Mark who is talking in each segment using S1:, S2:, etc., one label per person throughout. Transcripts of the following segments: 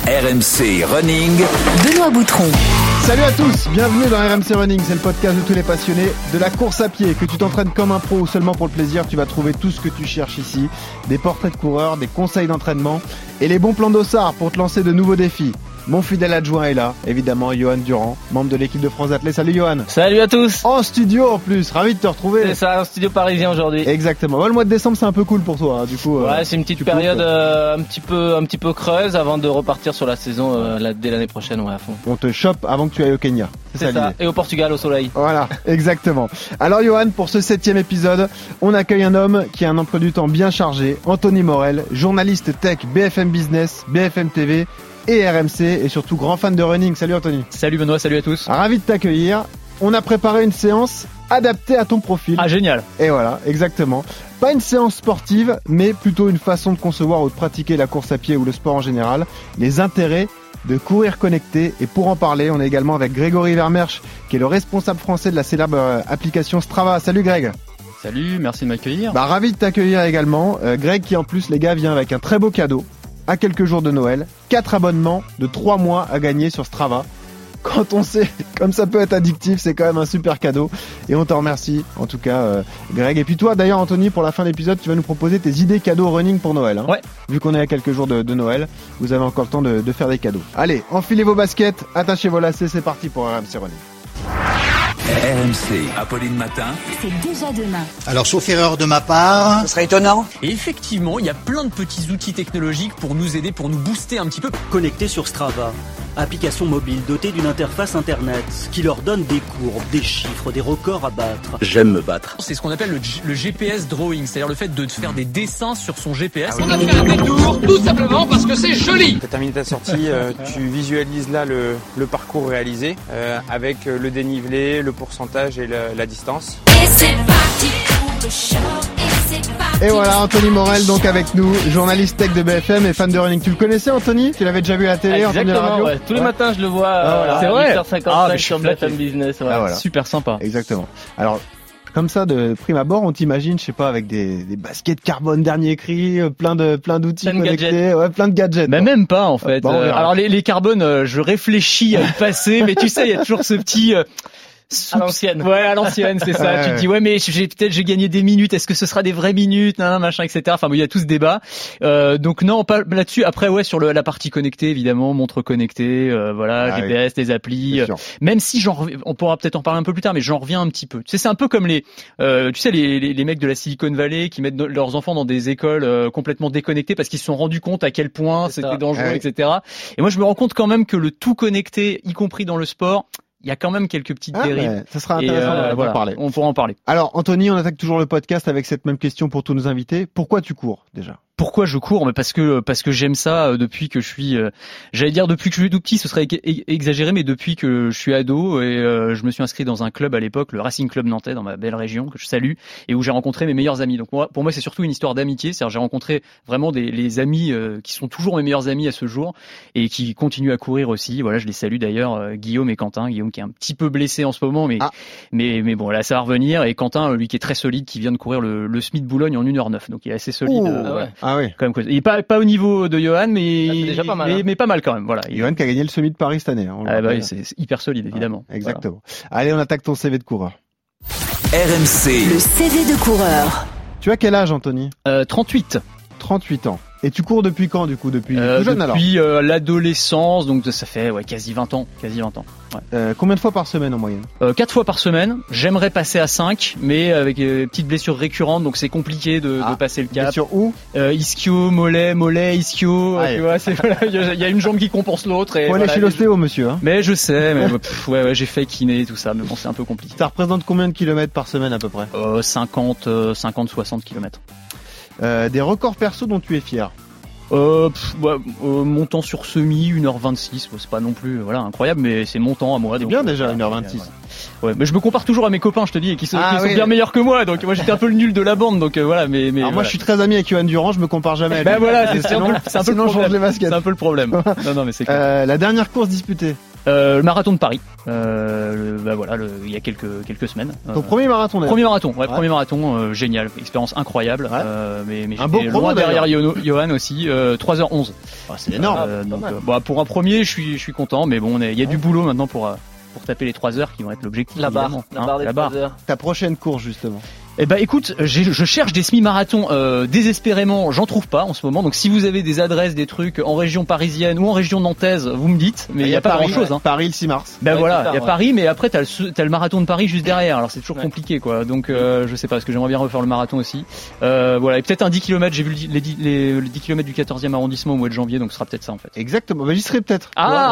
S1: RMC Running.
S2: Benoît Boutron.
S3: Salut à tous, bienvenue dans RMC Running, c'est le podcast de tous les passionnés de la course à pied. Que tu t'entraînes comme un pro ou seulement pour le plaisir, tu vas trouver tout ce que tu cherches ici. Des portraits de coureurs, des conseils d'entraînement et les bons plans d'Ossard pour te lancer de nouveaux défis. Mon fidèle adjoint est là, évidemment, Johan Durand, membre de l'équipe de France Athlée. Salut Johan.
S4: Salut à tous.
S3: En studio en plus, ravi de te retrouver.
S4: C'est ça, en studio parisien aujourd'hui.
S3: Exactement. Ouais, le mois de décembre c'est un peu cool pour toi, hein, du coup.
S4: Ouais, c'est une petite période un petit peu creuse avant de repartir sur la saison dès l'année prochaine, ouais, à fond.
S3: On te chope avant que tu ailles au Kenya.
S4: C'est ça. Et au Portugal, au soleil.
S3: Voilà, exactement. Alors Johan, pour ce 7e épisode, on accueille un homme qui a un emploi du temps bien chargé, Anthony Morel, journaliste tech BFM Business, BFM TV et RMC, et surtout grand fan de running. Salut Anthony.
S4: Salut Benoît, salut à tous.
S3: Ravi de t'accueillir. On a préparé une séance adaptée à ton profil.
S4: Ah, génial.
S3: Et voilà, exactement. Pas une séance sportive, mais plutôt une façon de concevoir ou de pratiquer la course à pied ou le sport en général, les intérêts de courir connecté. Et pour en parler, on est également avec Grégory Vermersch, qui est le responsable français de la célèbre application Strava. Salut Greg.
S5: Salut, merci de m'accueillir.
S3: Ravi de t'accueillir également. Greg qui en plus, les gars, vient avec un très beau cadeau. À quelques jours de Noël, 4 abonnements de 3 mois à gagner sur Strava. Quand on sait comme ça peut être addictif, c'est quand même un super cadeau. Et on te remercie, en tout cas, Greg. Et puis toi, d'ailleurs, Anthony, pour la fin de l'épisode, tu vas nous proposer tes idées cadeaux running pour Noël. Hein.
S4: Ouais.
S3: Vu qu'on est à quelques jours de Noël, vous avez encore le temps de faire des cadeaux. Allez, enfilez vos baskets, attachez vos lacets, c'est parti pour RMC Running.
S1: RMC, Apolline Matin.
S2: C'est déjà demain.
S6: Alors, sauf erreur de ma part...
S7: Ce serait étonnant.
S8: Et effectivement, il y a plein de petits outils technologiques pour nous aider, pour nous booster un petit peu.
S9: Connectés sur Strava, application mobile dotée d'une interface internet qui leur donne des courbes, des chiffres, des records à battre.
S5: J'aime me battre.
S8: C'est ce qu'on appelle le GPS drawing, c'est-à-dire le fait de faire des dessins sur son GPS.
S7: On a fait un détour tout simplement parce que c'est joli.
S10: Tu as terminé ta sortie, tu visualises là le parcours réalisé avec le dénivelé, le pourcentage et la distance.
S2: Et c'est parti pour le show.
S3: Et voilà, Anthony Morel donc avec nous, journaliste tech de BFM et fan de running. Tu le connaissais Anthony? Tu l'avais déjà vu à la télé, entendu à la radio?
S4: Ouais. Tous les matins je le vois
S3: voilà.
S4: c'est vrai. 8h55 sur BFM Business. Ouais.
S3: Ah, voilà.
S4: Super sympa.
S3: Exactement. Alors, comme ça, de prime abord, on t'imagine, je sais pas, avec des baskets carbone dernier cri, plein d'outils
S4: Plein de
S3: connectés,
S4: gadgets.
S3: ouais, plein de gadgets.
S4: Mais même pas en fait.
S3: Bon, on verra.
S4: Alors les carbones, je réfléchis à le passer, mais tu sais, il y a toujours ce petit à l'ancienne. Ouais, à l'ancienne, c'est ça.
S3: Ouais,
S4: Tu te dis, ouais, mais j'ai gagné des minutes. Est-ce que ce sera des vraies minutes, machin, etc. Enfin, bon, il y a tout ce débat. Donc non, pas là-dessus. Après, ouais, sur la partie connectée, évidemment, montre connectée, voilà, GPS, les applis. Même si on pourra peut-être en parler un peu plus tard, mais j'en reviens un petit peu. Tu sais, c'est un peu comme les mecs de la Silicon Valley qui mettent leurs enfants dans des écoles complètement déconnectées parce qu'ils se sont rendus compte à quel point c'était dangereux, etc. Et moi, je me rends compte quand même que le tout connecté, y compris dans le sport, il y a quand même quelques petites dérives.
S3: Ça sera intéressant d'en parler.
S4: On pourra en parler.
S3: Alors, Anthony, on attaque toujours le podcast avec cette même question pour tous nos invités. Pourquoi tu cours, déjà?
S4: Pourquoi je cours? Mais parce que j'aime ça depuis que je suis, j'allais dire depuis que je suis tout petit, ce serait exagéré, mais depuis que je suis ado et je me suis inscrit dans un club à l'époque, le Racing Club Nantais, dans ma belle région que je salue et où j'ai rencontré mes meilleurs amis. Donc pour moi, c'est surtout une histoire d'amitié. C'est-à-dire, j'ai rencontré vraiment les amis qui sont toujours mes meilleurs amis à ce jour et qui continuent à courir aussi. Voilà, je les salue d'ailleurs, Guillaume et Quentin. Guillaume qui est un petit peu blessé en ce moment, mais bon, là ça va revenir. Et Quentin, lui qui est très solide, qui vient de courir le Smith Boulogne en 1h09, donc il est assez solide.
S3: Ouais. Ah oui.
S4: Quand même, il est pas au niveau de Johan, mais déjà pas mal,
S3: mais
S4: pas mal quand même. Voilà.
S3: Johan qui a gagné le Semi de Paris cette année.
S4: Oui, c'est hyper solide évidemment.
S3: Exactement. Voilà. Allez, on attaque ton CV de coureur.
S1: RMC.
S2: Le CV de coureur.
S3: Tu as quel âge, Anthony?
S4: 38.
S3: 38 ans. Et tu cours depuis quand, du coup? Depuis tout jeune, alors?
S4: Depuis l'adolescence, donc ça fait quasi 20 ans. Ouais.
S3: Combien de fois par semaine en moyenne?
S4: 4 fois par semaine. J'aimerais passer à 5, mais avec petites blessures récurrentes, donc c'est compliqué de passer le cap.
S3: Blessure où?
S4: Ischio, mollet, ischio. Tu vois, il y a une jambe qui compense l'autre.
S3: Faut aller chez l'ostéo, monsieur. Hein.
S4: Mais je sais, mais j'ai fait kiné, tout ça, mais bon, c'est un peu compliqué.
S3: Ça représente combien de kilomètres par semaine à peu près?
S4: 50-60 kilomètres.
S3: Des records perso dont tu es fier?
S4: Montant sur semi, 1h26, c'est pas non plus incroyable, mais c'est mon temps à moi.
S3: C'est bien déjà 1h26.
S4: Ouais, mais je me compare toujours à mes copains, je te dis, qui sont bien meilleurs que moi, donc moi j'étais un peu le nul de la bande, donc voilà. Mais
S3: alors moi je suis très ami avec Johan Durand, je me compare jamais à lui.
S4: C'est un peu le problème.
S3: Les baskets.
S4: C'est un peu le problème. Non, mais c'est clair.
S3: La dernière course disputée?
S4: Le marathon de Paris. Il y a quelques semaines.
S3: Ton premier marathon d'ailleurs.
S4: Premier marathon, génial, expérience incroyable.
S3: Ouais.
S4: Mais
S3: un beau
S4: loin
S3: chrono,
S4: derrière Johan aussi, 3h11.
S3: C'est énorme.
S4: Pour un premier, je suis content, mais bon, il y a du boulot maintenant pour taper les 3 heures qui vont être l'objectif.
S11: La barre des 3 heures.
S3: Ta prochaine course justement.
S4: Eh ben écoute, je cherche des semi-marathons désespérément, j'en trouve pas en ce moment. Donc si vous avez des adresses, des trucs en région parisienne ou en région nantaise, vous me dites. Mais il y a pas
S3: Paris,
S4: grand chose. Hein.
S3: Paris le 6 mars.
S4: Ben voilà, il y a Paris, mais après t'as le marathon de Paris juste derrière. Alors c'est toujours compliqué quoi. Donc je sais pas, parce que j'aimerais bien refaire le marathon aussi. Voilà, et peut-être un 10 km. J'ai vu les 10 km du 14e arrondissement au mois de janvier, donc ce sera peut-être ça en fait.
S3: Exactement. Bah, j'y serai peut-être.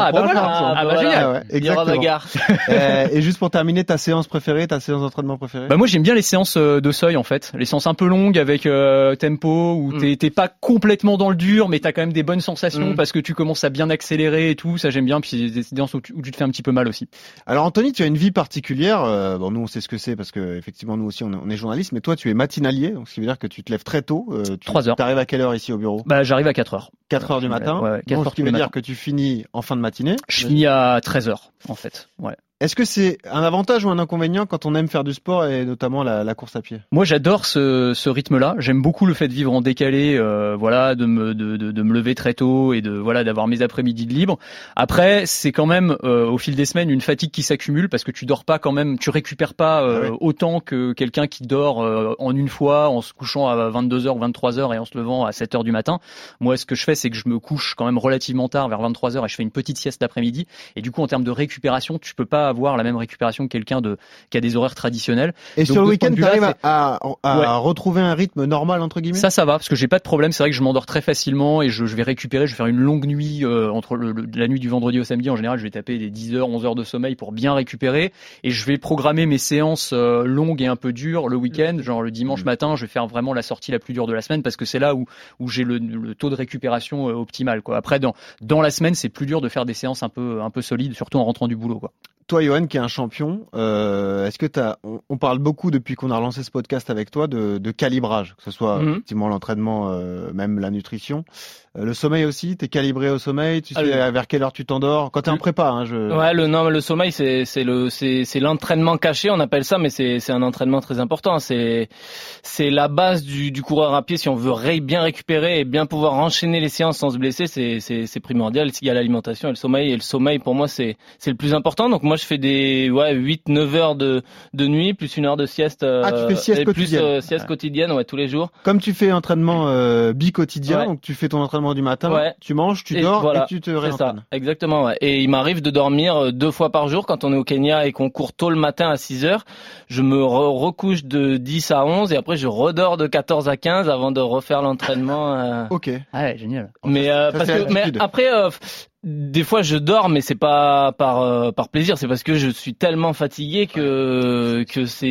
S4: Génial.
S3: Il y aura bagarre. Et juste pour terminer, ta séance d'entraînement préférée?
S4: Bah moi j'aime bien les séances de seuil en fait. Les séances un peu longues avec tempo où t'es pas complètement dans le dur, mais t'as quand même des bonnes sensations parce que tu commences à bien accélérer et tout. Ça j'aime bien. Puis des séances où tu te fais un petit peu mal aussi.
S3: Alors Anthony, tu as une vie particulière. Bon, nous on sait ce que c'est parce que effectivement nous aussi on est journalistes, mais toi tu es matinalier, donc ce qui veut dire que tu te lèves très tôt.
S4: 3 heures.
S3: T'arrives à quelle heure ici au bureau?
S4: Bah j'arrive à 4h.
S3: 4h du matin.
S4: Ouais, 4h
S3: ce qui veut dire que tu finis en fin de matinée.
S4: Je finis à 13h en fait. Ouais.
S3: Est-ce que c'est un avantage ou un inconvénient quand on aime faire du sport et notamment la course à pied?
S4: Moi, j'adore ce rythme-là. J'aime beaucoup le fait de vivre en décalé, de me lever très tôt et d'avoir mes après-midi de libre. Après, c'est quand même au fil des semaines une fatigue qui s'accumule parce que tu dors pas quand même, tu récupères pas autant que quelqu'un qui dort en une fois en se couchant à 22h ou 23h et en se levant à 7h du matin. Moi, ce que je fais, c'est que je me couche quand même relativement tard, vers 23h, et je fais une petite sieste l'après-midi. Et du coup, en termes de récupération, tu peux pas avoir la même récupération que quelqu'un qui a des horaires traditionnels.
S3: Et donc, sur le week-end, tu arrives à retrouver un rythme normal entre guillemets? Ça
S4: va, parce que j'ai pas de problème. C'est vrai que je m'endors très facilement et je vais récupérer. Je vais faire une longue nuit entre la nuit du vendredi au samedi. En général, je vais taper des 10 heures, 11 heures de sommeil pour bien récupérer. Et je vais programmer mes séances longues et un peu dures le week-end. Genre le dimanche matin, je vais faire vraiment la sortie la plus dure de la semaine parce que c'est là où j'ai le taux de récupération optimal, quoi. Après, dans la semaine, c'est plus dur de faire des séances un peu solides, surtout en rentrant du boulot, quoi.
S3: Toi, Johan, qui est un champion, est-ce que on parle beaucoup depuis qu'on a relancé ce podcast avec toi de calibrage, que ce soit effectivement l'entraînement, même la nutrition, le sommeil aussi. T'es calibré au sommeil, tu sais vers quelle heure tu t'endors quand t'es en prépa.
S11: Ouais, le sommeil c'est l'entraînement caché, on appelle ça, mais c'est un entraînement très important. C'est la base du coureur à pied si on veut bien récupérer et bien pouvoir enchaîner les séances sans se blesser. C'est primordial. Il y a l'alimentation et le sommeil pour moi c'est le plus important. Donc moi je fais des 8-9 heures de nuit plus 1 heure de sieste.
S3: Tu fais sieste quotidienne.
S11: Sieste quotidienne, tous les jours.
S3: Comme tu fais entraînement bi-quotidien, donc tu fais ton entraînement du matin, tu manges, tu dors et tu te réentraînes.
S11: Exactement, ouais. Et il m'arrive de dormir 2 fois par jour quand on est au Kenya et qu'on court tôt le matin à 6 heures. Je me recouche de 10 à 11 et après je redors de 14 à 15 avant de refaire l'entraînement.
S3: Ok.
S4: Ah ouais, génial.
S11: Mais après des fois je dors, mais c'est pas par plaisir, c'est parce que je suis tellement fatigué que c'est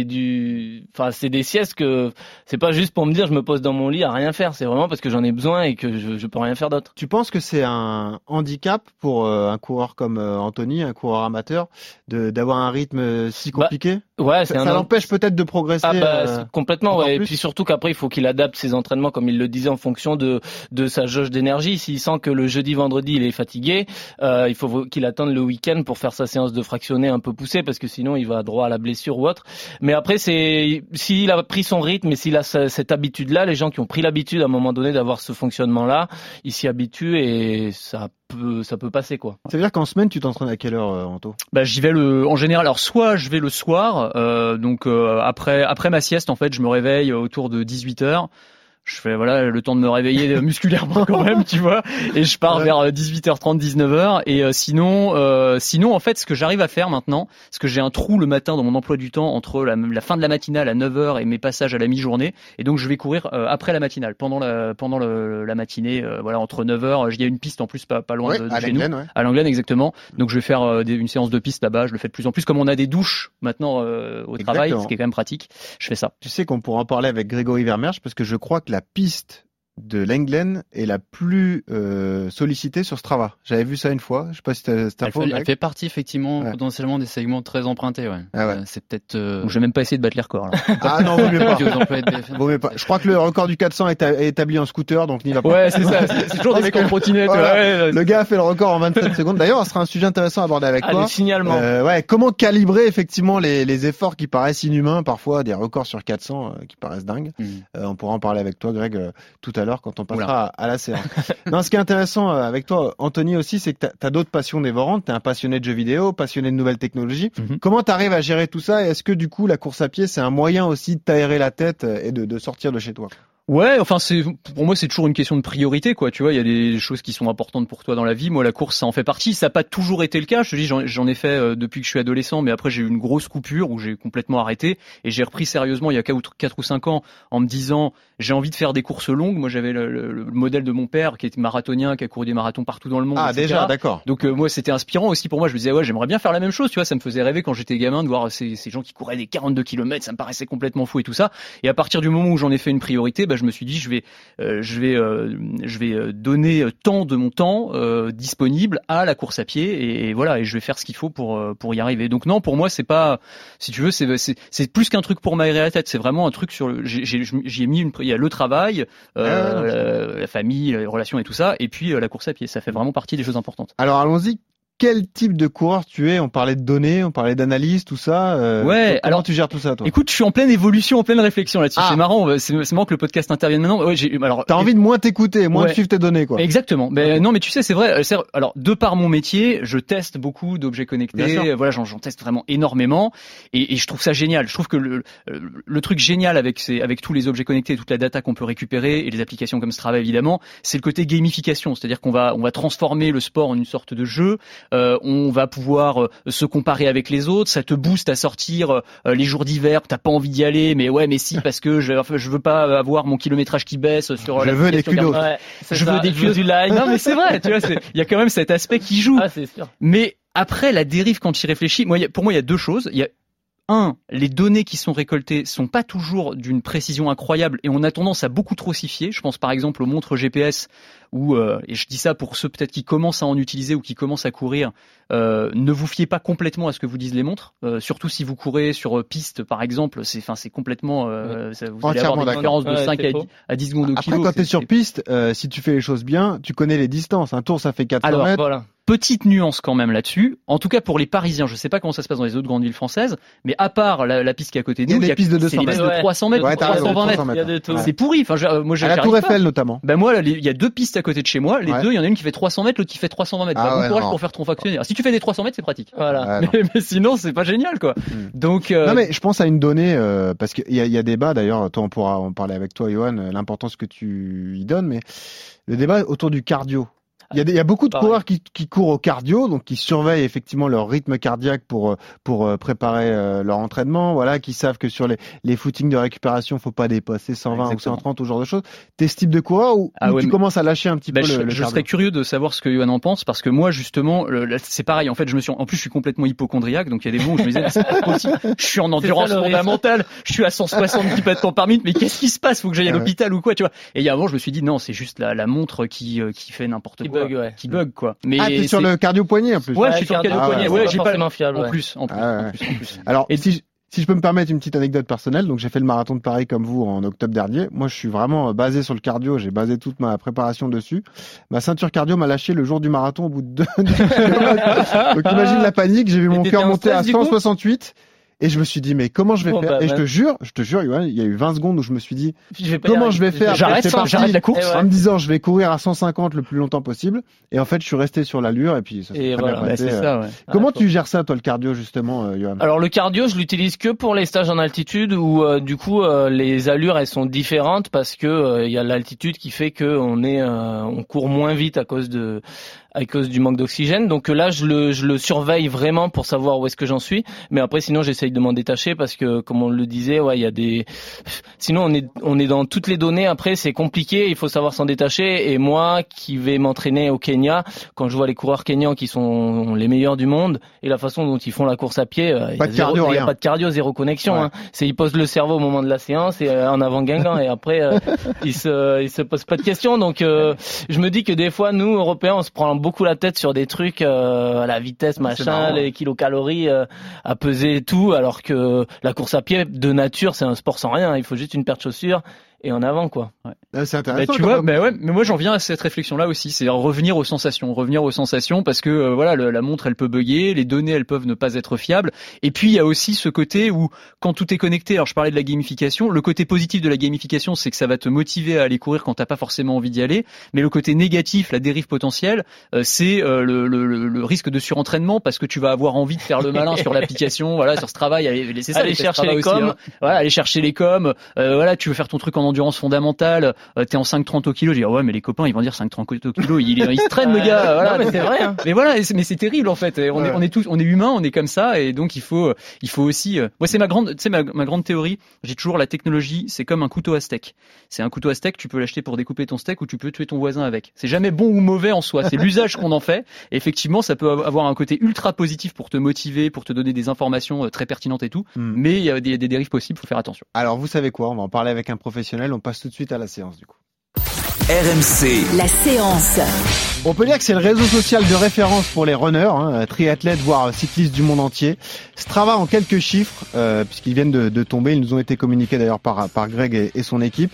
S11: des siestes que c'est pas juste pour me dire je me pose dans mon lit à rien faire, c'est vraiment parce que j'en ai besoin et que je peux rien faire d'autre.
S3: Tu penses que c'est un handicap pour un coureur comme Anthony, un coureur amateur, d'avoir un rythme si compliqué?
S11: Ouais,
S3: ça l'empêche peut-être de progresser.
S11: Complètement, ouais. Et puis surtout qu'après il faut qu'il adapte ses entraînements comme il le disait en fonction de sa jauge d'énergie. S'il sent que le jeudi, vendredi il est fatigué, il faut qu'il attende le week-end pour faire sa séance de fractionné un peu poussée parce que sinon il va droit à la blessure ou autre. Mais après s'il a pris son rythme et s'il a cette habitude-là, les gens qui ont pris l'habitude à un moment donné d'avoir ce fonctionnement-là, ils s'y habituent et ça peut passer, quoi.
S3: Ça veut dire qu'en semaine tu t'entraînes à quelle heure, Anto?
S4: J'y vais en général. Alors soit je vais le soir, après ma sieste en fait, je me réveille autour de 18h. Je fais le temps de me réveiller musculairement quand même, tu vois, et je pars vers 18h30, 19h. Et sinon en fait ce que j'arrive à faire maintenant, parce que j'ai un trou le matin dans mon emploi du temps entre la fin de la matinale à 9h et mes passages à la mi-journée, et donc je vais courir après la matinale, pendant la matinée, entre 9h, il y a une piste en plus pas loin de chez nous, à Langlaine exactement. Donc je vais faire une séance de piste là-bas, je le fais de plus en plus, comme on a des douches maintenant au travail, ce qui est quand même pratique. Je fais ça.
S3: Tu sais qu'on pourra en parler avec Grégory Vermersch parce que je crois que la piste de Lenglen est la plus sollicitée sur Strava. J'avais vu ça une fois. Je sais pas si t'as cette info.
S5: Elle fait partie effectivement potentiellement des segments très empruntés. Ouais.
S3: Ah ouais.
S5: C'est peut-être.
S4: Donc, je vais même pas essayer de battre les records. Là.
S3: Ah non, vaut mieux pas. Vaut mieux pas. Je crois que le record du 400 est établi en scooter, donc n'y va pas.
S4: Ouais, c'est ça. C'est toujours des mecs en trottinette.
S3: Voilà. Le gars a fait le record en 27 secondes. D'ailleurs, ce sera un sujet intéressant à aborder avec toi.
S11: Les signalements.
S3: Comment calibrer effectivement les efforts qui paraissent inhumains, parfois des records sur 400 qui paraissent dingues. On pourra en parler avec toi, Greg, tout à l'heure quand on passera à la séance. Non, ce qui est intéressant avec toi, Anthony, aussi, c'est que tu as d'autres passions dévorantes. Tu es un passionné de jeux vidéo, passionné de nouvelles technologies. Comment tu arrives à gérer tout ça? Et est-ce que du coup, la course à pied, c'est un moyen aussi de t'aérer la tête et de sortir de chez toi?
S4: Ouais, enfin pour moi c'est toujours une question de priorité quoi. Tu vois, il y a des choses qui sont importantes pour toi dans la vie. Moi la course ça en fait partie. Ça n'a pas toujours été le cas. Je te dis j'en ai fait depuis que je suis adolescent, mais après j'ai eu une grosse coupure où j'ai complètement arrêté et j'ai repris sérieusement il y a 4 ou 5 ans en me disant j'ai envie de faire des courses longues. Moi j'avais le modèle de mon père qui était marathonien, qui a couru des marathons partout dans le monde.
S3: Ah
S4: etc.
S3: Déjà, d'accord.
S4: Donc moi c'était inspirant aussi pour moi. Je me disais ouais j'aimerais bien faire la même chose. Tu vois, ça me faisait rêver quand j'étais gamin de voir ces gens qui couraient des 42 km. Ça me paraissait complètement fou et tout ça. Et à partir du moment où j'en ai fait une priorité, je me suis dit je vais donner tant de mon temps disponible à la course à pied et voilà et je vais faire ce qu'il faut pour y arriver. Donc non, pour moi c'est pas, si tu veux, c'est plus qu'un truc pour m'aérer la tête. C'est vraiment un truc j'y ai mis il y a le travail, la famille, les relations et tout ça, et puis la course à pied. Ça fait vraiment partie des choses importantes.
S3: Alors allons-y. Quel type de coureur tu es? On parlait de données, on parlait d'analyse, tout ça.
S4: Ouais.
S3: Comment tu gères tout ça, toi?
S4: Écoute, je suis en pleine évolution, en pleine réflexion là-dessus. C'est marrant. C'est marrant que le podcast intervienne maintenant. Ouais,
S3: t'as envie de moins t'écouter, moins de suivre tes données, quoi.
S4: Exactement. Non, mais tu sais, c'est vrai. Alors, de par mon métier, je teste beaucoup d'objets connectés. Voilà, j'en teste vraiment énormément, et je trouve ça génial. Je trouve que le truc génial avec tous les objets connectés, toute la data qu'on peut récupérer et les applications comme Strava évidemment, c'est le côté gamification. C'est-à-dire qu'on va transformer le sport en une sorte de jeu. On va pouvoir se comparer avec les autres, ça te booste à sortir les jours d'hiver, t'as pas envie d'y aller, mais si parce que je veux pas avoir mon kilométrage qui baisse sur
S3: je veux des culottes.
S4: Je veux des culottes du like. Non mais c'est vrai, tu vois, il y a quand même cet aspect qui joue.
S11: Ah, c'est sûr.
S4: Mais après la dérive quand tu y réfléchis, pour moi il y a deux choses. Il y a les données qui sont récoltées sont pas toujours d'une précision incroyable et on a tendance à beaucoup trop s'y fier. Je pense par exemple aux montres GPS où, et je dis ça pour ceux peut-être qui commencent à en utiliser ou qui commencent à courir, ne vous fiez pas complètement à ce que vous disent les montres, surtout si vous courez sur piste par exemple, c'est complètement, vous allez avoir des différences de 5 à 10 secondes au kilo.
S3: Après quand t'es sur piste, si tu fais les choses bien, tu connais les distances. Un tour ça fait 400 mètres.
S11: Voilà.
S4: Petite nuance quand même là-dessus. En tout cas pour les Parisiens, je sais pas comment ça se passe dans les autres grandes villes françaises, mais à part la piste qui est à côté de nous,
S3: il y a des pistes de 200
S4: mètres, de 300 mètres, de 320 mètres. C'est pourri. Enfin, moi,
S3: à la Tour Eiffel notamment.
S4: Moi, il y a 2 pistes à côté de chez moi. Les deux, il y en a une qui fait 300 mètres, l'autre qui fait 320 mètres. Bon courage pour faire ton fractionnaire. Si tu fais des 300 mètres, c'est pratique.
S11: Voilà.
S4: Mais sinon, c'est pas génial, quoi. Donc.
S3: Non, mais je pense à une donnée parce qu'il y a débat. D'ailleurs, toi, on pourra en parler avec toi, Johan, l'importance que tu y donnes, mais le débat autour du cardio. Il y a beaucoup de coureurs qui courent au cardio, donc qui surveillent effectivement leur rythme cardiaque pour préparer leur entraînement, voilà, qui savent que sur les footings de récupération, faut pas dépasser 120 ou 130 ou ce genre de choses. T'es ce type de coureur ou tu commences à lâcher un petit peu le cardio?
S4: Je serais curieux de savoir ce que Johan en pense parce que moi justement, c'est pareil. En fait, en plus je suis complètement hypocondriaque, donc il y a des moments où je me disais c'est pas possible. Je suis en endurance fondamentale, je suis à 170 battements par minute, mais qu'est-ce qui se passe? Faut que j'aille à l'hôpital ou quoi, tu vois? Et il y a un moment, je me suis dit non, c'est juste la montre qui fait n'importe quoi. Qui bug quoi. Mais
S3: t'es sur le cardio poignet en plus.
S4: Ouais, je suis sur le cardio poignet. Ouais, j'ai pas
S11: forcément fiable.
S4: En plus.
S3: Alors, si je peux me permettre une petite anecdote personnelle, donc j'ai fait le marathon de Paris comme vous en octobre dernier. Moi, je suis vraiment basé sur le cardio. J'ai basé toute ma préparation dessus. Ma ceinture cardio m'a lâché le jour du marathon au bout de 2 km. Donc imagine la panique. J'ai vu mon cœur monter à 168. Et je me suis dit, mais comment je vais faire? Et je te jure, Johan, il y a eu 20 secondes où je me suis dit, comment je vais faire?
S4: J'arrête la course.
S3: En me disant, je vais courir à 150 le plus longtemps possible. Et en fait, je suis resté sur l'allure et puis ça s'est très bien passé. Comment tu gères ça, toi, le cardio, justement, Johan?
S11: Alors, le cardio, je l'utilise que pour les stages en altitude où, du coup, les allures, elles sont différentes parce que, il y a l'altitude qui fait que on court moins vite à cause à cause du manque d'oxygène. Donc là, je le surveille vraiment pour savoir où est-ce que j'en suis. Mais après, sinon, j'essaye de m'en détacher parce que, comme on le disait, ouais, il y a des. Sinon, on est dans toutes les données. Après, c'est compliqué. Il faut savoir s'en détacher. Et moi, qui vais m'entraîner au Kenya, quand je vois les coureurs kenyans qui sont les meilleurs du monde et la façon dont ils font la course à pied, il y a pas de cardio, zéro connexion. Ouais. Hein. C'est ils posent le cerveau au moment de la séance et en avant Guingamp et après ils se posent pas de questions. Donc je me dis que des fois nous Européens on se prend beaucoup la tête sur des trucs à la vitesse machin, les kilocalories à peser tout, alors que la course à pied de nature c'est un sport sans rien. Il faut juste une paire de chaussures et en avant quoi.
S3: Ouais. C'est intéressant.
S4: Tu vois, mais moi j'en viens à cette réflexion là aussi, c'est revenir aux sensations parce que voilà la montre elle peut bugger, les données elles peuvent ne pas être fiables, et puis il y a aussi ce côté où quand tout est connecté, alors je parlais de la gamification, le côté positif de la gamification c'est que ça va te motiver à aller courir quand t'as pas forcément envie d'y aller, mais le côté négatif, la dérive potentielle, c'est le risque de surentraînement parce que tu vas avoir envie de faire le malin sur l'application, voilà, sur ce travail, c'est ça,
S11: aller chercher les coms,
S4: hein. Voilà, aller chercher les coms, voilà, tu veux faire ton truc en endurance fondamentale, t'es en 5,30 au kilo, je dis ouais mais les copains ils vont dire 5,30 au kilo, il se traîne le gars, voilà.
S11: Non, mais c'est vrai. Hein.
S4: Mais voilà, mais c'est terrible en fait. On est humain, on est comme ça, et donc il faut aussi. Moi c'est ma grande théorie. J'ai toujours la technologie, c'est comme un couteau à steak. C'est un couteau à steak, tu peux l'acheter pour découper ton steak ou tu peux tuer ton voisin avec. C'est jamais bon ou mauvais en soi, c'est l'usage qu'on en fait. Et effectivement, ça peut avoir un côté ultra positif pour te motiver, pour te donner des informations très pertinentes et tout. Mais il y a des dérives possibles, faut faire attention.
S3: Alors vous savez quoi, on va en parler avec un professionnel. On passe tout de suite à la séance du coup.
S1: RMC.
S2: La séance.
S3: On peut dire que c'est le réseau social de référence pour les runners, triathlètes, voire cyclistes du monde entier. Strava en quelques chiffres, puisqu'ils viennent de tomber, ils nous ont été communiqués d'ailleurs par Greg et son équipe.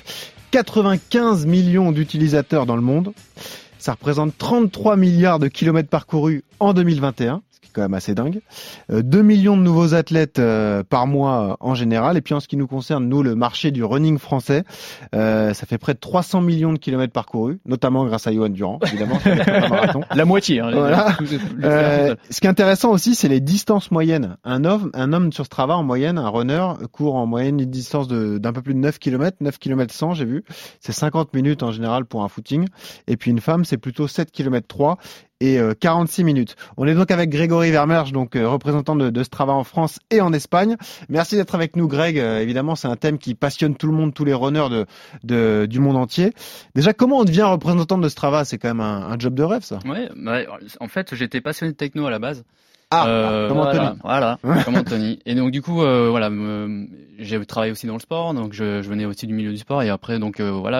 S3: 95 millions d'utilisateurs dans le monde. Ça représente 33 milliards de kilomètres parcourus en 2021. Quand même assez dingue. 2 millions de nouveaux athlètes par mois en général. Et puis en ce qui nous concerne, nous, le marché du running français, ça fait près de 300 millions de kilomètres parcourus, notamment grâce à Johan Durand, évidemment.
S4: La moitié. Hein,
S3: voilà. Ce qui est intéressant aussi, c'est les distances moyennes. Un homme sur Strava, en moyenne, un runner, court en moyenne une distance d'un peu plus de 9 km, 9 km 100, j'ai vu. C'est 50 minutes en général pour un footing. Et puis une femme, c'est plutôt 7 km 3. Et 46 minutes. On est donc avec Grégory Vermerge, donc représentant de Strava en France et en Espagne. Merci d'être avec nous, Greg. Évidemment, c'est un thème qui passionne tout le monde, tous les runners du monde entier. Déjà, comment on devient représentant de Strava ? C'est quand même un job de rêve, ça.
S5: Ouais, en fait, j'étais passionné de techno à la base.
S3: Comme Anthony.
S5: Voilà, comme Anthony. Et donc du coup, j'ai travaillé aussi dans le sport, donc je venais aussi du milieu du sport. Et après, donc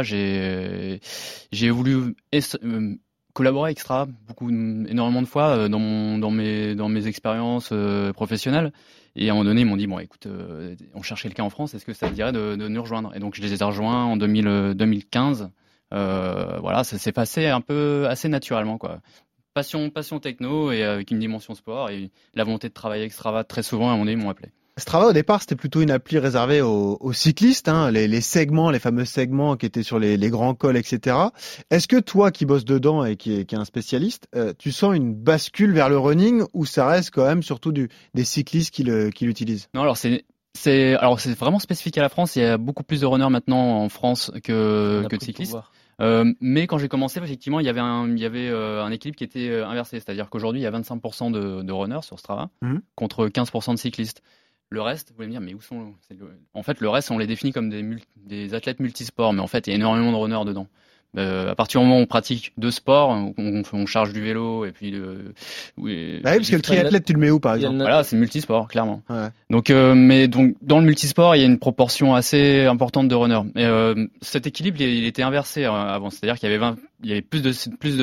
S5: j'ai voulu collaborer avec Strava énormément de fois dans mes expériences professionnelles. Et à un moment donné, ils m'ont dit bon, écoute, on cherchait quelqu'un en France, est-ce que ça te dirait de nous rejoindre ? Et donc je les ai rejoints en 2015. Voilà, ça s'est passé assez naturellement, quoi. Passion techno et avec une dimension sport et la volonté de travailler avec Strava très souvent. À un moment donné, ils m'ont appelé.
S3: Strava, au départ, c'était plutôt une appli réservée aux cyclistes, les segments, les fameux segments qui étaient sur les grands cols, etc. Est-ce que toi, qui bosses dedans et qui est un spécialiste, tu sens une bascule vers le running ou ça reste quand même surtout des cyclistes qui l'utilisent ?
S5: Non, alors c'est vraiment spécifique à la France. Il y a beaucoup plus de runners maintenant en France que de cyclistes. Mais quand j'ai commencé, effectivement, il y avait un équilibre qui était inversé, c'est-à-dire qu'aujourd'hui, il y a 25% de runners sur Strava contre 15% de cyclistes. Le reste, vous voulez me dire, mais où sont... En fait, le reste, on les définit comme des athlètes multisports, mais en fait, il y a énormément de runners dedans. À partir du moment où on pratique deux sports, on charge du vélo et puis
S3: oui, parce que le triathlète, tu le mets où, par exemple ?
S5: Voilà, c'est multisport, clairement. Ouais. Donc dans le multisport, il y a une proportion assez importante de runners. Et cet équilibre, il était inversé avant, c'est-à-dire qu'il y avait plus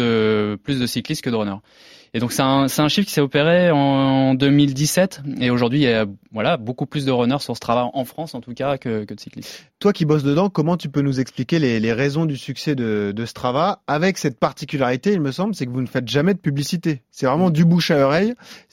S5: de cyclistes que de runners. Et donc c'est un chiffre qui s'est opéré en 2017 et aujourd'hui il y a beaucoup plus de runners sur Strava en France en tout cas que de cyclistes.
S3: Toi qui bosses dedans, comment tu peux nous expliquer les raisons du succès de Strava avec cette particularité, il me semble, c'est que vous ne faites jamais de publicité. C'est vraiment du bouche à oreille,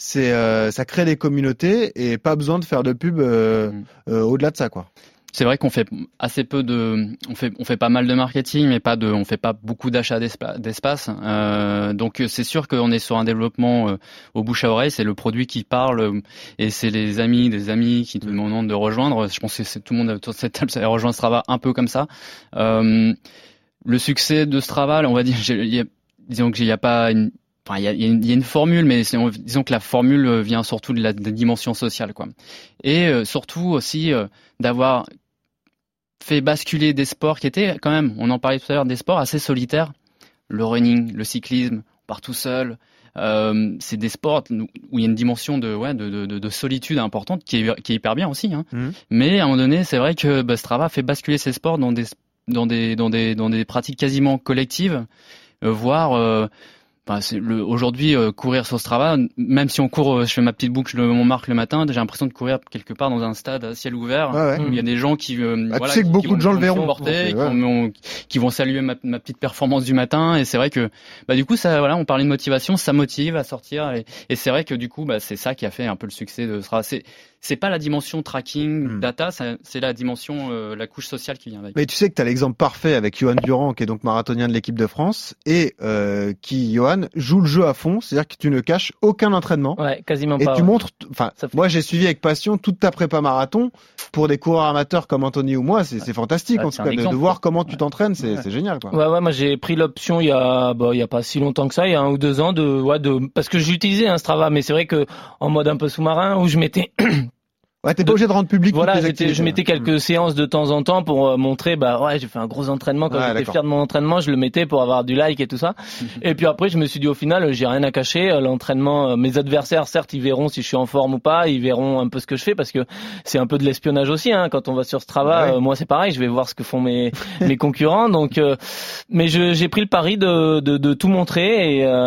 S3: ça crée des communautés et pas besoin de faire de pub au-delà de ça, quoi.
S5: C'est vrai qu'on fait assez peu on fait pas mal de marketing, mais on fait pas beaucoup d'achats d'espace. Donc c'est sûr qu'on est sur un développement au bouche à oreille. C'est le produit qui parle et c'est des amis qui te demandent de rejoindre. Je pense que c'est tout le monde autour de cette table, ça rejoint Strava un peu comme ça. Le succès de Strava, on va dire, disons qu'il n'y a pas enfin, il y a une formule, mais disons que la formule vient surtout de la dimension sociale, quoi. Et surtout aussi d'avoir fait basculer des sports qui étaient quand même, on en parlait tout à l'heure, des sports assez solitaires. Le running, le cyclisme, on part tout seul. C'est des sports où il y a une dimension de solitude importante qui est hyper bien aussi, hein. Mais à un moment donné, c'est vrai que Strava fait basculer ces sports dans des pratiques quasiment collectives, voire aujourd'hui courir sur Strava, même si on court, je fais ma petite boucle de Montmartre le matin, j'ai l'impression de courir quelque part dans un stade à ciel ouvert où il y a des gens qui
S3: tu sais que beaucoup de gens le verront,
S5: qui vont saluer ma petite performance du matin, et c'est vrai que du coup ça, voilà, on parlait de motivation, ça motive à sortir, et c'est vrai que du coup c'est ça qui a fait un peu le succès de Strava. C'est pas la dimension tracking, data, c'est la dimension, la couche sociale qui vient avec.
S3: Mais tu sais que tu as l'exemple parfait avec Johan Durand, qui est donc marathonien de l'équipe de France, et qui, Johan, joue le jeu à fond, c'est-à-dire que tu ne caches aucun entraînement.
S11: Ouais, quasiment
S3: et
S11: pas.
S3: Et tu montres, moi j'ai suivi avec passion toute ta prépa marathon. Pour des coureurs amateurs comme Anthony ou moi, c'est fantastique, en tout cas, de voir comment tu t'entraînes, c'est génial, quoi.
S11: Ouais, moi j'ai pris l'option il y a pas si longtemps que ça, il y a 1 ou 2 ans parce que j'utilisais Strava, mais c'est vrai que en mode un peu sous-marin où je m'étais
S3: Ouais, t'es pas obligé de rendre public.
S11: Voilà, je mettais quelques séances de temps en temps pour montrer, j'ai fait un gros entraînement, quand j'étais fier de mon entraînement, je le mettais pour avoir du like et tout ça. Et puis après, je me suis dit, au final, j'ai rien à cacher. L'entraînement, mes adversaires, certes, ils verront si je suis en forme ou pas, ils verront un peu ce que je fais, parce que c'est un peu de l'espionnage aussi, hein. Quand on va sur Strava, moi c'est pareil, je vais voir ce que font mes concurrents. Donc, mais j'ai pris le pari de tout montrer, et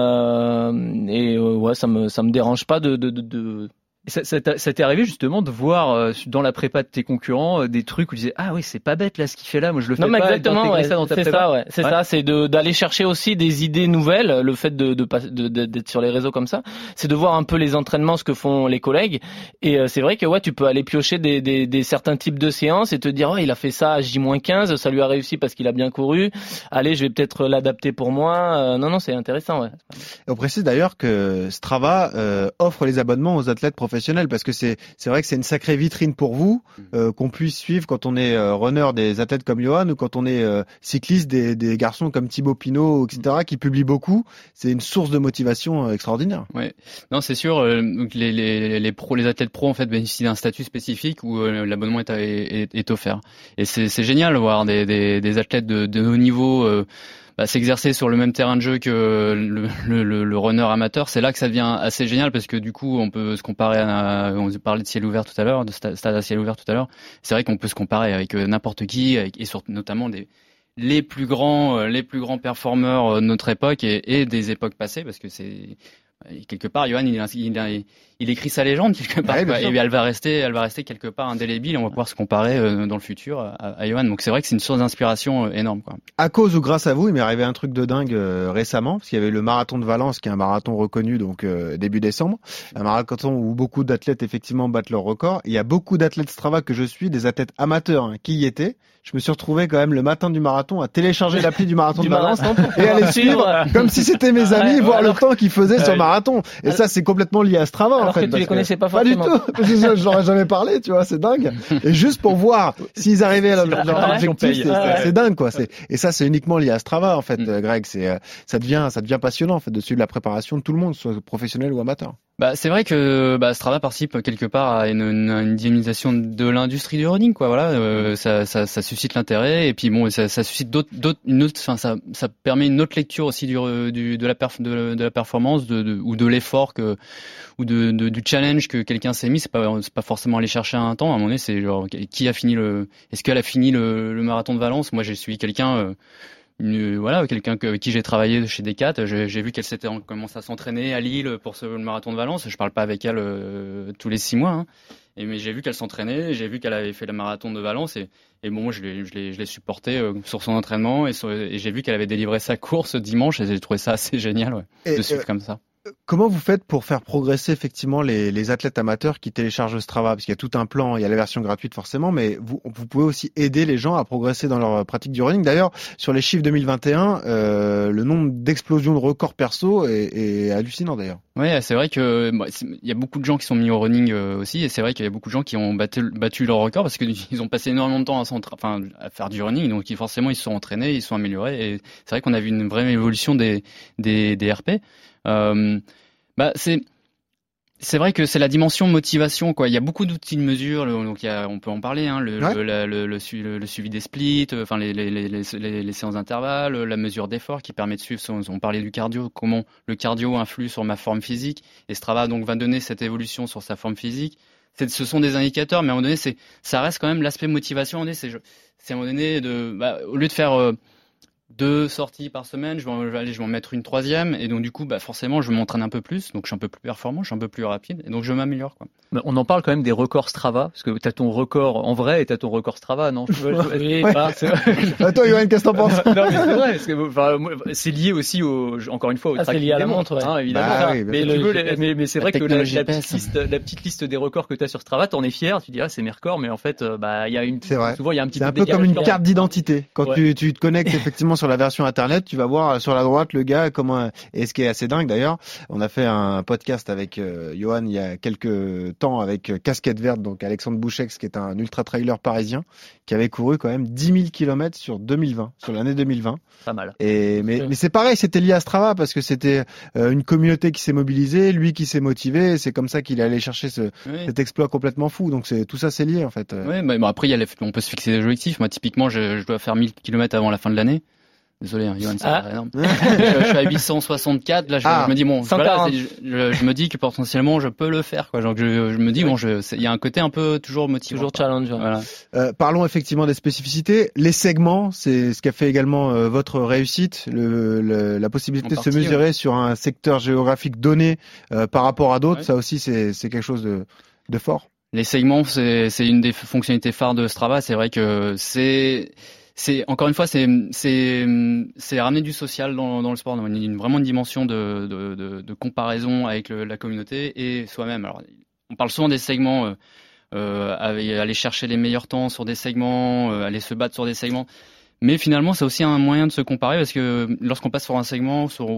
S11: ça me dérange pas de
S4: Ça t'est arrivé justement de voir dans la prépa de tes concurrents des trucs où tu disais ah oui, c'est pas bête là ce qu'il fait là, moi je le fais pas.
S11: Non mais exactement,
S4: ça dans ta
S11: c'est
S4: prépa.
S11: ça, ouais. C'est ça, c'est d'aller chercher aussi des idées nouvelles. Le fait d'être sur les réseaux comme ça, c'est de voir un peu les entraînements, ce que font les collègues. Et c'est vrai que tu peux aller piocher des certains types de séances et te dire il a fait ça à J-15, ça lui a réussi parce qu'il a bien couru. Allez, je vais peut-être l'adapter pour moi. Non, c'est intéressant, ouais.
S3: Et on précise d'ailleurs que Strava offre les abonnements aux athlètes professionnels, parce que c'est vrai que c'est une sacrée vitrine pour vous, qu'on puisse suivre quand on est runner des athlètes comme Johan, ou quand on est cycliste des garçons comme Thibaut Pinot, etc., qui publient beaucoup. C'est une source de motivation extraordinaire.
S5: Ouais, non, c'est sûr. Donc les athlètes pros en fait bénéficient d'un statut spécifique où l'abonnement est offert. Et c'est génial de voir des athlètes de haut niveau s'exercer sur le même terrain de jeu que le runner amateur. C'est là que ça devient assez génial, parce que du coup on peut se comparer on parlait de ciel ouvert tout à l'heure, de stade à ciel ouvert tout à l'heure. C'est vrai qu'on peut se comparer avec n'importe qui, et surtout notamment les plus grands performeurs de notre époque et des époques passées, parce que c'est quelque part, Johan, il écrit sa légende quelque part, et elle va rester quelque part indélébile, et on va pouvoir se comparer dans le futur à Johan. Donc c'est vrai que c'est une source d'inspiration énorme, quoi.
S3: À cause ou grâce à vous, il m'est arrivé un truc de dingue récemment, parce qu'il y avait le marathon de Valence, qui est un marathon reconnu, donc début décembre, un marathon où beaucoup d'athlètes effectivement battent leur record. Il y a beaucoup d'athlètes Strava que je suis, des athlètes amateurs qui y étaient. Je me suis retrouvé quand même le matin du marathon à télécharger l'appli du marathon de Valence et à les suivre comme si c'était mes amis, voir le temps qu'ils faisaient sur le marathon. Et ça, c'est complètement lié à Strava, en fait.
S11: Alors que tu les connaissais pas forcément.
S3: Pas du tout. Je leur ai jamais parlé, tu vois, c'est dingue. Et juste pour voir s'ils arrivaient à leur objectif, c'est dingue, quoi. Et ça, c'est uniquement lié à Strava, en fait, Greg. Ça devient passionnant, en fait, de suivre la préparation de tout le monde, soit professionnel ou amateur.
S5: C'est vrai que Strava participe quelque part à une dynamisation de l'industrie du running, quoi. Voilà, ça suscite l'intérêt, et puis bon, ça suscite ça permet une autre lecture aussi de la performance, ou de l'effort ou du challenge que quelqu'un s'est mis. C'est pas forcément aller chercher un temps. À un moment donné, c'est genre est-ce qu'elle a fini le marathon de Valence? Moi, j'ai suivi quelqu'un avec qui j'ai travaillé chez Decat. J'ai vu qu'elle s'était commencé à s'entraîner à Lille pour le marathon de Valence. Je parle pas avec elle tous les 6 mois, hein. Mais j'ai vu qu'elle s'entraînait, j'ai vu qu'elle avait fait le marathon de Valence, et bon, je l'ai supporté sur son entraînement, et j'ai vu qu'elle avait délivré sa course dimanche, et j'ai trouvé ça assez génial, de suivre comme ça.
S3: Comment vous faites pour faire progresser effectivement les athlètes amateurs qui téléchargent Strava? Parce qu'il y a tout un plan, il y a la version gratuite forcément, mais vous pouvez aussi aider les gens à progresser dans leur pratique du running. D'ailleurs, sur les chiffres 2021, le nombre d'explosions de records perso est hallucinant d'ailleurs.
S5: Oui, c'est vrai que il y a beaucoup de gens qui sont mis au running aussi, et c'est vrai qu'il y a beaucoup de gens qui ont battu leur record parce qu'ils ont passé énormément de temps à faire du running, donc forcément ils se sont entraînés, ils se sont améliorés, et c'est vrai qu'on a vu une vraie évolution des RP. C'est vrai que c'est la dimension motivation, quoi. Il y a beaucoup d'outils de mesure, donc on peut en parler, hein, le suivi des splits, enfin les séances d'intervalle, la mesure d'effort qui permet de suivre. On parlait du cardio, comment le cardio influe sur ma forme physique, et Strava donc va donner cette évolution sur sa forme physique. Ce sont des indicateurs, mais à un moment donné, ça reste quand même l'aspect motivation. À un moment donné, c'est à un moment donné au lieu de faire 2 sorties par semaine, je vais en mettre une 3e, et donc du coup forcément je m'entraîne un peu plus, donc je suis un peu plus performant, je suis un peu plus rapide, et donc je m'améliore, quoi.
S4: On en parle quand même des records Strava, parce que t'as ton record en vrai et t'as ton record Strava, non?
S3: Oui, Attends, Yoann, qu'est-ce que t'en penses?
S4: Non, mais c'est vrai, parce que c'est lié aussi encore une fois au tracking.
S11: C'est lié à la montre,
S4: hein, évidemment.
S3: Oui,
S4: mais c'est vrai que la petite liste des records que t'as sur Strava, t'en es fier, tu dis c'est mes records, mais en fait il y a une.
S3: C'est vrai.
S4: Souvent il y a un petit.
S3: C'est un peu comme une carte d'identité. Quand tu te connectes effectivement sur la version internet, tu vas voir sur la droite le gars comment. Et ce qui est assez dingue d'ailleurs, on a fait un podcast avec Yoann il y a quelques temps avec Casquette Verte, donc Alexandre Bouchex, qui est un ultra trailer parisien, qui avait couru quand même 10 000 km sur l'année 2020.
S4: Pas mal.
S3: Mais c'est pareil, c'était lié à Strava parce que c'était une communauté qui s'est mobilisée, lui qui s'est motivé, et c'est comme ça qu'il est allé chercher cet exploit complètement fou. Donc tout ça c'est lié en fait.
S5: Oui, mais après on peut se fixer des objectifs. Moi typiquement je dois faire 1000 km avant la fin de l'année. Désolé, hein, Yoann, c'est énorme. Je suis à 864. Là, je me dis je me dis que potentiellement je peux le faire, quoi. Donc je me dis il y a un côté un peu toujours motivant,
S11: toujours challenge.
S5: Voilà.
S3: Parlons effectivement des spécificités. Les segments, c'est ce qu'a fait également votre réussite, la possibilité de se mesurer sur un secteur géographique donné par rapport à d'autres. Ouais. Ça aussi, c'est quelque chose de fort.
S5: Les segments, c'est une des fonctionnalités phares de Strava. C'est vrai que c'est encore une fois, c'est ramener du social dans le sport, vraiment une dimension de comparaison avec la communauté et soi-même. Alors, on parle souvent des segments, aller chercher les meilleurs temps sur des segments, aller se battre sur des segments. Mais finalement, c'est aussi un moyen de se comparer parce que lorsqu'on passe sur un segment, sur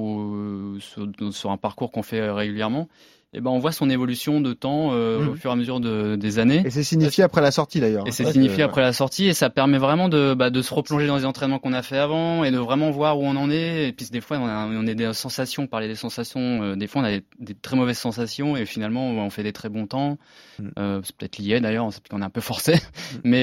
S5: un parcours qu'on fait régulièrement, on voit son évolution de temps au fur et à mesure des années.
S3: Et c'est signifié après la sortie d'ailleurs.
S5: Et c'est signifié après la sortie, et ça permet vraiment de se replonger dans les entraînements qu'on a fait avant et de vraiment voir où on en est. Et puis des fois, on a des sensations, parler des sensations. Des fois, on a des très mauvaises sensations et finalement, on fait des très bons temps. C'est peut-être lié d'ailleurs, c'est peut-être qu'on est un peu forcé. Mais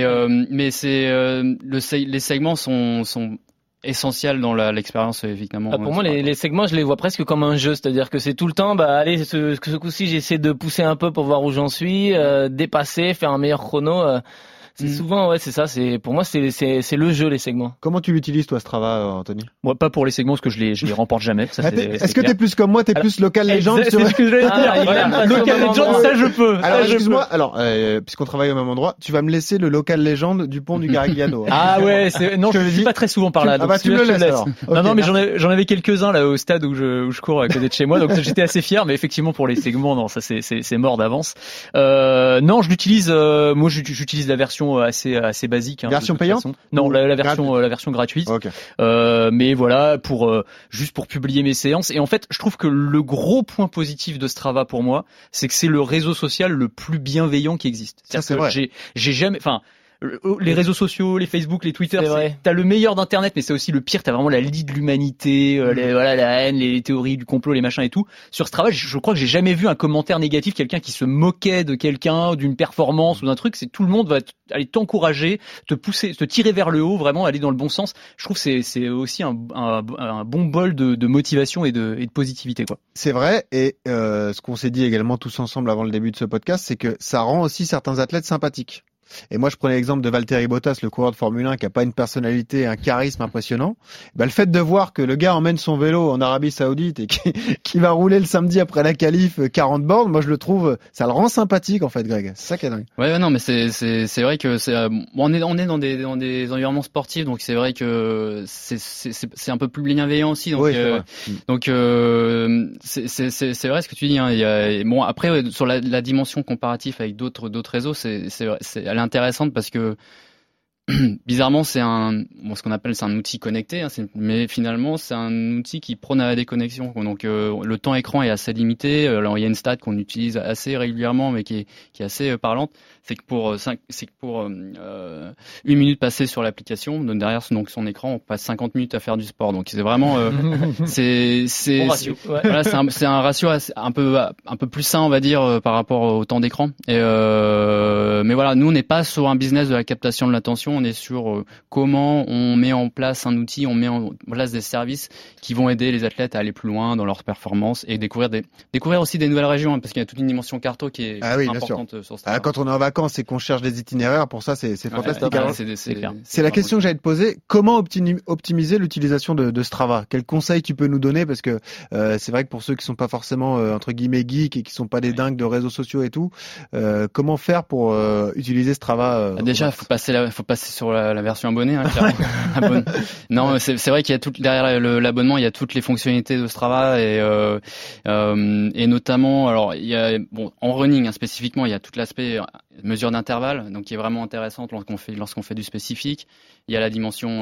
S5: c'est les segments sont essentiel dans l'expérience, évidemment.
S11: Pour moi, les segments, je les vois presque comme un jeu, c'est-à-dire que c'est tout le temps, allez, ce coup-ci, j'essaie de pousser un peu pour voir où j'en suis, dépasser, faire un meilleur chrono. C'est souvent, c'est ça. Pour moi, c'est le jeu, les segments.
S3: Comment tu l'utilises, toi, Strava, Anthony?
S4: Moi, pas pour les segments, parce que je les remporte jamais.
S3: Est-ce que t'es plus comme moi, t'es plus local legend?
S4: C'est ce que j'allais dire. Local legend, ça je peux.
S3: Alors, excuse-moi. Alors, puisqu'on travaille au même endroit, tu vas me laisser le local legend du pont du Garigliano.
S4: Ah ouais, non, je dis pas très souvent par là.
S3: Tu me le laisses alors.
S4: Non, mais j'en avais quelques-uns là au stade où je cours à côté de chez moi, donc j'étais assez fier. Mais effectivement, pour les segments, non, ça c'est mort d'avance. Non, je l'utilise. Moi, j'utilise la version assez basique.
S3: Version payante?
S4: Non, la version gratuite.
S3: Okay.
S4: Mais voilà, juste pour publier mes séances. Et en fait, je trouve que le gros point positif de Strava pour moi, c'est que c'est le réseau social le plus bienveillant qui existe.
S3: C'est vrai.
S4: J'ai jamais, les réseaux sociaux, les Facebook, les Twitter, t'as le meilleur d'internet, mais c'est aussi le pire. T'as vraiment la lie de l'humanité, la haine, les théories du complot, les machins et tout. Sur Strava, je crois que j'ai jamais vu un commentaire négatif, quelqu'un qui se moquait de quelqu'un, d'une performance ou d'un truc. C'est tout le monde va aller t'encourager, te pousser, te tirer vers le haut, vraiment aller dans le bon sens. Je trouve que c'est aussi un bon bol de motivation et de positivité, quoi.
S3: C'est vrai. Et ce qu'on s'est dit également tous ensemble avant le début de ce podcast, c'est que ça rend aussi certains athlètes sympathiques. Et moi, je prenais l'exemple de Valtteri Bottas, le coureur de Formule 1 qui a pas une personnalité, un charisme impressionnant. Le fait de voir que le gars emmène son vélo en Arabie Saoudite et qui va rouler le samedi après la qualif 40 bornes, moi je le trouve, ça le rend sympathique en fait, Greg. C'est ça qui est dingue.
S5: Ouais, non, mais c'est vrai que on est dans des environnements sportifs, donc c'est vrai que c'est un peu plus bienveillant aussi. Donc,
S3: oui,
S5: c'est vrai ce que tu dis. Hein. Après sur la dimension comparative avec d'autres réseaux, elle est intéressante parce que bizarrement, c'est ce qu'on appelle, c'est un outil connecté, hein, mais finalement, c'est un outil qui prône à la déconnexion. Donc, le temps écran est assez limité. Alors, il y a une stat qu'on utilise assez régulièrement, mais qui est assez parlante. C'est que pour 1 minute passée sur l'application, donc derrière son écran, on passe 50 minutes à faire du sport. Donc, c'est vraiment,
S11: Bon ratio. Ouais.
S5: Voilà, c'est un ratio un peu plus sain, on va dire, par rapport au temps d'écran. Mais voilà, nous, on n'est pas sur un business de la captation de l'attention. On est sur comment on met en place un outil, on met en place des services qui vont aider les athlètes à aller plus loin dans leurs performances et découvrir aussi des nouvelles régions, hein, parce qu'il y a toute une dimension carto qui est importante sur ça.
S3: Quand on est en vacances et qu'on cherche des itinéraires, pour ça, c'est fantastique.
S5: C'est clair.
S3: C'est la question que j'allais te poser. Comment optimiser l'utilisation de Strava? Quels conseils tu peux nous donner? Parce que c'est vrai que pour ceux qui sont pas forcément entre guillemets geeks et qui sont pas des dingues de réseaux sociaux et tout, comment faire pour utiliser Strava?
S5: Déjà, faut passer sur la version abonnée, hein, clairement. Non, c'est vrai qu'il y a derrière l'abonnement, il y a toutes les fonctionnalités de Strava et notamment, alors il y a en running, hein, spécifiquement, il y a tout l'aspect mesure d'intervalle, donc qui est vraiment intéressante lorsqu'on fait du spécifique. Il y a la dimension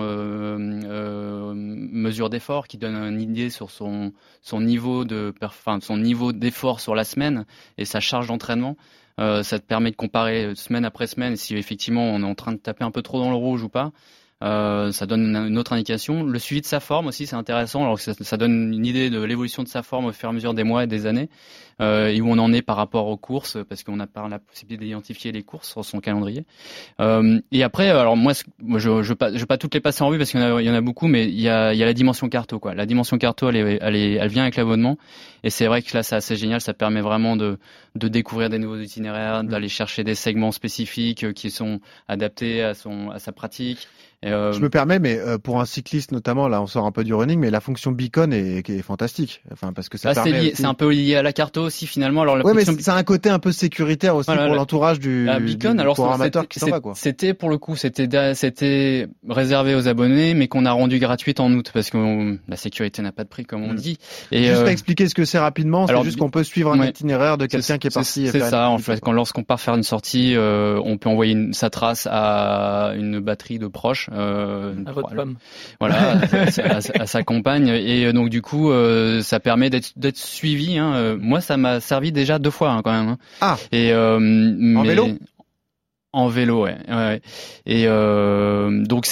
S5: mesure d'effort qui donne une idée sur son niveau son niveau d'effort sur la semaine et sa charge d'entraînement. Ça te permet de comparer semaine après semaine si effectivement on est en train de taper un peu trop dans le rouge ou pas. Ça donne une autre indication. Le suivi de sa forme aussi, c'est intéressant. Alors que ça donne une idée de l'évolution de sa forme au fur et à mesure des mois et des années, et où on en est par rapport aux courses, parce qu'on a la possibilité d'identifier les courses sur son calendrier. Et après, alors moi, je vais pas toutes les passer en revue parce qu'il y en a beaucoup, mais il y a la dimension carto, quoi. La dimension carto, elle vient avec l'abonnement, et c'est vrai que là, c'est assez génial. Ça permet vraiment de découvrir des nouveaux itinéraires, d'aller chercher des segments spécifiques qui sont adaptés à sa pratique.
S3: Je me permets, mais pour un cycliste notamment, là on sort un peu du running, mais la fonction beacon est fantastique. Enfin, parce que ça permet
S5: c'est un peu lié à la carto aussi finalement. Alors,
S3: mais ça a un côté un peu sécuritaire aussi pour l'entourage du amateur qui s'en va, quoi.
S5: C'était pour le coup, c'était réservé aux abonnés, mais qu'on a rendu gratuite en août parce que la sécurité n'a pas de prix, comme on dit. Et
S3: juste expliquer ce que c'est rapidement. C'est juste qu'on peut suivre un itinéraire de quelqu'un qui est parti.
S5: C'est ça. En fait, lorsqu'on part faire une sortie, on peut envoyer sa trace à une batterie de proches.
S11: À votre femme.
S5: Voilà, à sa compagne, et donc du coup ça permet d'être suivi, hein. Moi ça m'a servi déjà 2 fois, hein, quand même, hein.
S3: Ah.
S5: Et
S3: en vélo.
S5: En vélo, ouais. Et donc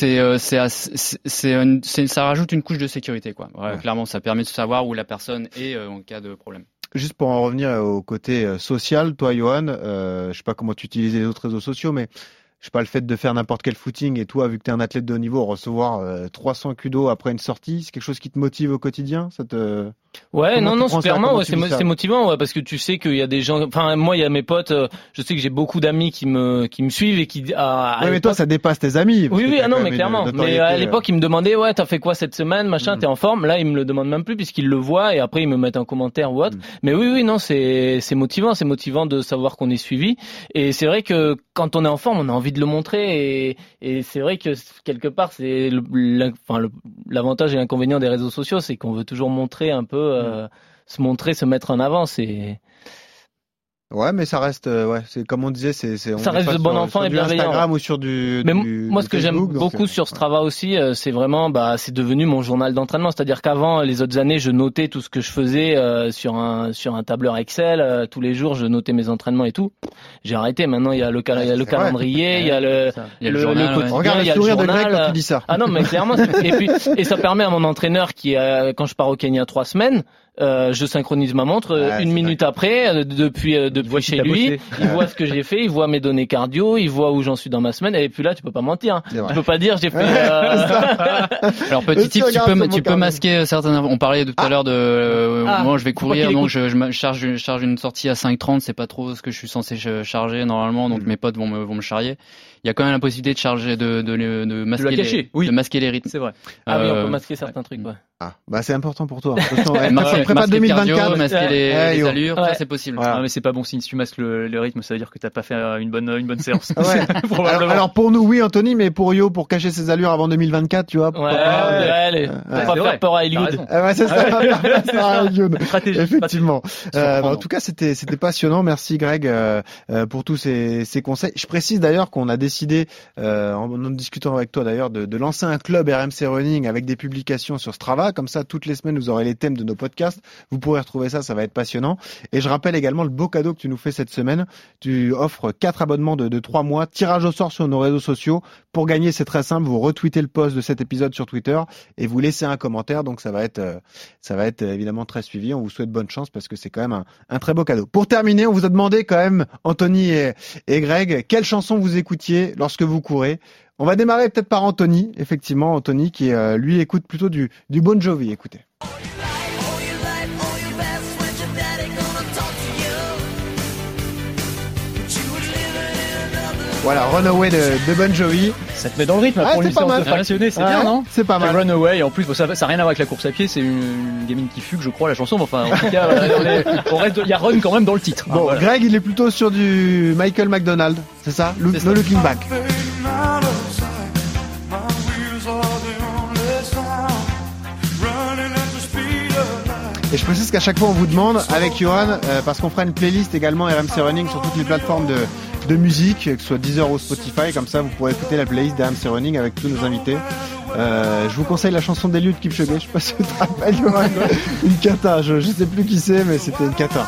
S5: ça rajoute une couche de sécurité, quoi. Ouais. Clairement, ça permet de savoir où la personne est en cas de problème.
S3: Juste pour en revenir au côté social, toi, Johan, je sais pas comment tu utilises les autres réseaux sociaux, mais je sais pas, le fait de faire n'importe quel footing et toi, vu que tu es un athlète de haut niveau, recevoir 300 kudos après une sortie, c'est quelque chose qui te motive au quotidien?
S11: Ouais, non, clairement, ouais, c'est motivant, ouais, parce que tu sais qu'il y a des gens, enfin, moi, il y a mes potes, je sais que j'ai beaucoup d'amis qui me suivent et qui,
S3: ouais, mais toi, ça dépasse tes amis.
S11: Oui, non, mais clairement. Mais à l'époque, ils me demandaient, ouais, t'as fait quoi cette semaine, machin, t'es en forme? Là, ils me le demandent même plus puisqu'ils le voient et après, ils me mettent un commentaire ou autre. Mais oui, non, c'est motivant de savoir qu'on est suivi. Et c'est vrai que quand on est en forme, on a envie de le montrer et c'est vrai que quelque part, c'est l'avantage et l'inconvénient des réseaux sociaux, c'est qu'on veut toujours montrer un peu, se montrer, se mettre en avant.
S3: Ouais, mais ça reste, c'est comme on disait,
S11: ça reste de bon enfant et bienveillant.
S3: Instagram ou sur
S11: moi, ce que j'aime beaucoup sur Strava aussi, c'est vraiment, c'est devenu mon journal d'entraînement. C'est-à-dire qu'avant, les autres années, je notais tout ce que je faisais sur un tableur Excel. Tous les jours, je notais mes entraînements et tout. J'ai arrêté. Maintenant, il y a le calendrier, il y a le quotidien,
S3: regarde
S11: il y a
S3: le sourire
S11: le
S3: de Greg
S11: journal.
S3: quand tu dis ça.
S11: Ah non, mais clairement. Et ça permet à mon entraîneur qui, quand je pars au Kenya 3 semaines, je synchronise ma montre une minute après depuis chez lui, il voit ce que j'ai fait, il voit mes données cardio, il voit où j'en suis dans ma semaine, et puis là tu peux pas mentir, hein. Tu peux pas dire j'ai fait
S5: Alors petit tip, tu peux masquer certaines, on parlait tout à l'heure de moi je vais courir, donc je charge une sortie à 5:30, c'est pas trop ce que je suis censé charger normalement, donc mes potes vont me charrier. Il y a quand même la possibilité de charger de masquer les rythmes.
S11: C'est vrai. Ah oui, on peut masquer certains trucs, ouais.
S3: Ah, bah c'est important pour toi. Attention, ouais,
S5: Masquer
S3: prépa
S5: le
S3: 2024.
S5: cardio, masquer les
S3: yo.
S5: allures, ça c'est possible.
S3: Voilà.
S4: Ah, mais c'est pas bon signe. Si tu masques le rythme, ça veut dire que t'as pas fait une bonne séance.
S3: Ouais.
S4: Probablement.
S3: alors pour nous, oui, Anthony, mais pour Yo, pour cacher ses allures avant 2024, tu vois.
S11: Allez, faut pas faire peur à Eliud.
S3: Ouais, c'est ça. Ça
S4: Stratégie.
S3: Effectivement.
S4: Stratégie.
S3: En tout cas, c'était passionnant. Merci Greg pour tous ces conseils. Je précise d'ailleurs qu'on a décidé, en discutant avec toi d'ailleurs, de lancer un club RMC Running avec des publications sur Strava. Comme ça, toutes les semaines, vous aurez les thèmes de nos podcasts. Vous pourrez retrouver ça, ça va être passionnant. Et je rappelle également le beau cadeau que tu nous fais cette semaine. Tu offres 4 abonnements de 3 mois, tirage au sort sur nos réseaux sociaux. Pour gagner, c'est très simple. Vous retweetez le post de cet épisode sur Twitter et vous laissez un commentaire. Donc ça va être évidemment très suivi. On vous souhaite bonne chance parce que c'est quand même un très beau cadeau. Pour terminer, on vous a demandé quand même, Anthony et Greg, quelle chanson vous écoutiez lorsque vous courez. On va démarrer peut-être par Anthony. Effectivement, Anthony qui lui écoute plutôt du Bon Jovi. Écoutez. Voilà, Runaway de Bon Jovi.
S4: Ça te met dans le rythme pour une séance de fractionner, c'est bien, non?
S3: C'est pas mal.
S4: Runaway, et en plus, ça n'a rien à voir avec la course à pied, c'est une gamine qui fugue, je crois, la chanson, mais enfin, en tout cas, il y a Run quand même dans le titre.
S3: Bon, voilà. Greg, il est plutôt sur du Michael McDonald, c'est ça? No Looking Back. Et je précise qu'à chaque fois on vous demande avec Johan, parce qu'on fera une playlist également RMC Running sur toutes les plateformes de musique, que ce soit Deezer ou Spotify, comme ça vous pourrez écouter la playlist d'RMC Running avec tous nos invités. Je vous conseille la chanson d'Eliud Kipchoge, je sais pas si tu te rappelles, Johan, une cata, je sais plus qui c'est, mais c'était une cata.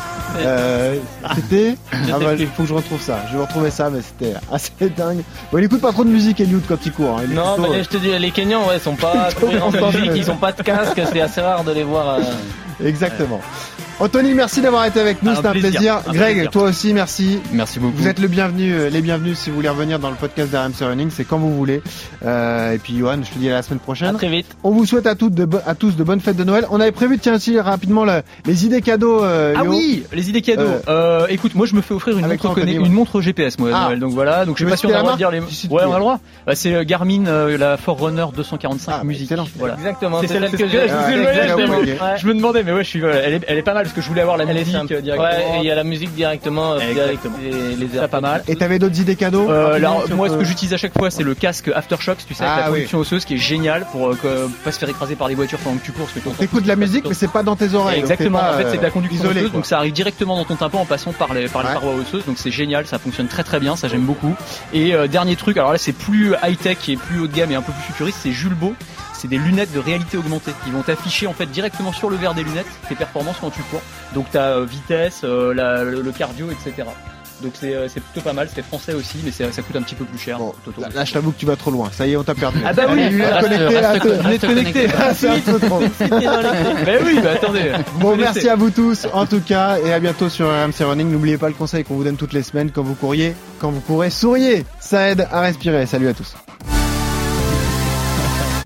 S3: C'était, il faut que je retrouve ça, je vais retrouver ça, mais c'était assez dingue. Bon, il écoute pas trop de musique Eliud quand il court. Hein.
S11: Non, mais je te dis, les Kenyans, sont pas trop en musique, ils ont pas de casque, c'est assez rare de les voir.
S3: Exactement. Anthony, merci d'avoir été avec nous, c'était un plaisir. Greg, toi aussi, merci.
S5: Merci beaucoup.
S3: Vous êtes les bienvenus si vous voulez revenir dans le podcast d'RMC Running, c'est quand vous voulez. Et puis Johan, je te dis à la semaine prochaine.
S11: À très vite.
S3: On vous souhaite à tous de bonnes fêtes de Noël. On avait prévu, tiens, aussi rapidement les idées cadeaux.
S4: Oui, les idées cadeaux. Écoute, moi je me fais offrir une montre GPS moi à Noël. Donc voilà, donc je sais pas si on a le droit de dire les. Ouais, on a le droit. C'est Garmin, la Forerunner 245 Music.
S3: Voilà.
S11: Exactement.
S4: C'est celle que je me demandais, mais ouais, elle est pas mal parce que je voulais avoir la musique directement.
S11: Ouais, et il y a la musique directement.
S4: Les airs pas mal.
S3: Et t'avais d'autres idées cadeaux?
S4: Alors moi, ce que j'utilise à chaque fois, c'est le casque Aftershocks, tu sais, avec la production osseuse, qui est génial pour pas se faire écraser par des voitures pendant que tu cours.
S3: T'écoutes de la musique, mais c'est pas dans tes oreilles.
S4: Exactement. En fait, c'est de la conduction
S3: isolée,
S4: osseuse, donc ça arrive directement dans ton tympan en passant par les parois osseuses. Donc c'est génial, ça fonctionne très très bien, ça j'aime beaucoup. Et dernier truc, alors là c'est plus high tech et plus haut de gamme et un peu plus futuriste, c'est Julbo. C'est des lunettes de réalité augmentée. Ils vont t'afficher en fait directement sur le verre des lunettes tes performances quand tu cours. Donc t'as vitesse, le cardio, etc. Donc c'est plutôt pas mal. C'est français aussi, mais ça coûte un petit peu plus cher.
S3: Bon, là je t'avoue que tu vas trop loin. Ça y est, on t'a perdu.
S4: Ah bah oui, lunettes connectées.
S3: C'est un peu trop.
S4: Bah oui, bah attendez.
S3: Bon, merci à vous tous en tout cas, et à bientôt sur RMC Running. N'oubliez pas le conseil qu'on vous donne toutes les semaines quand vous courez, souriez. Ça aide à respirer. Salut à tous.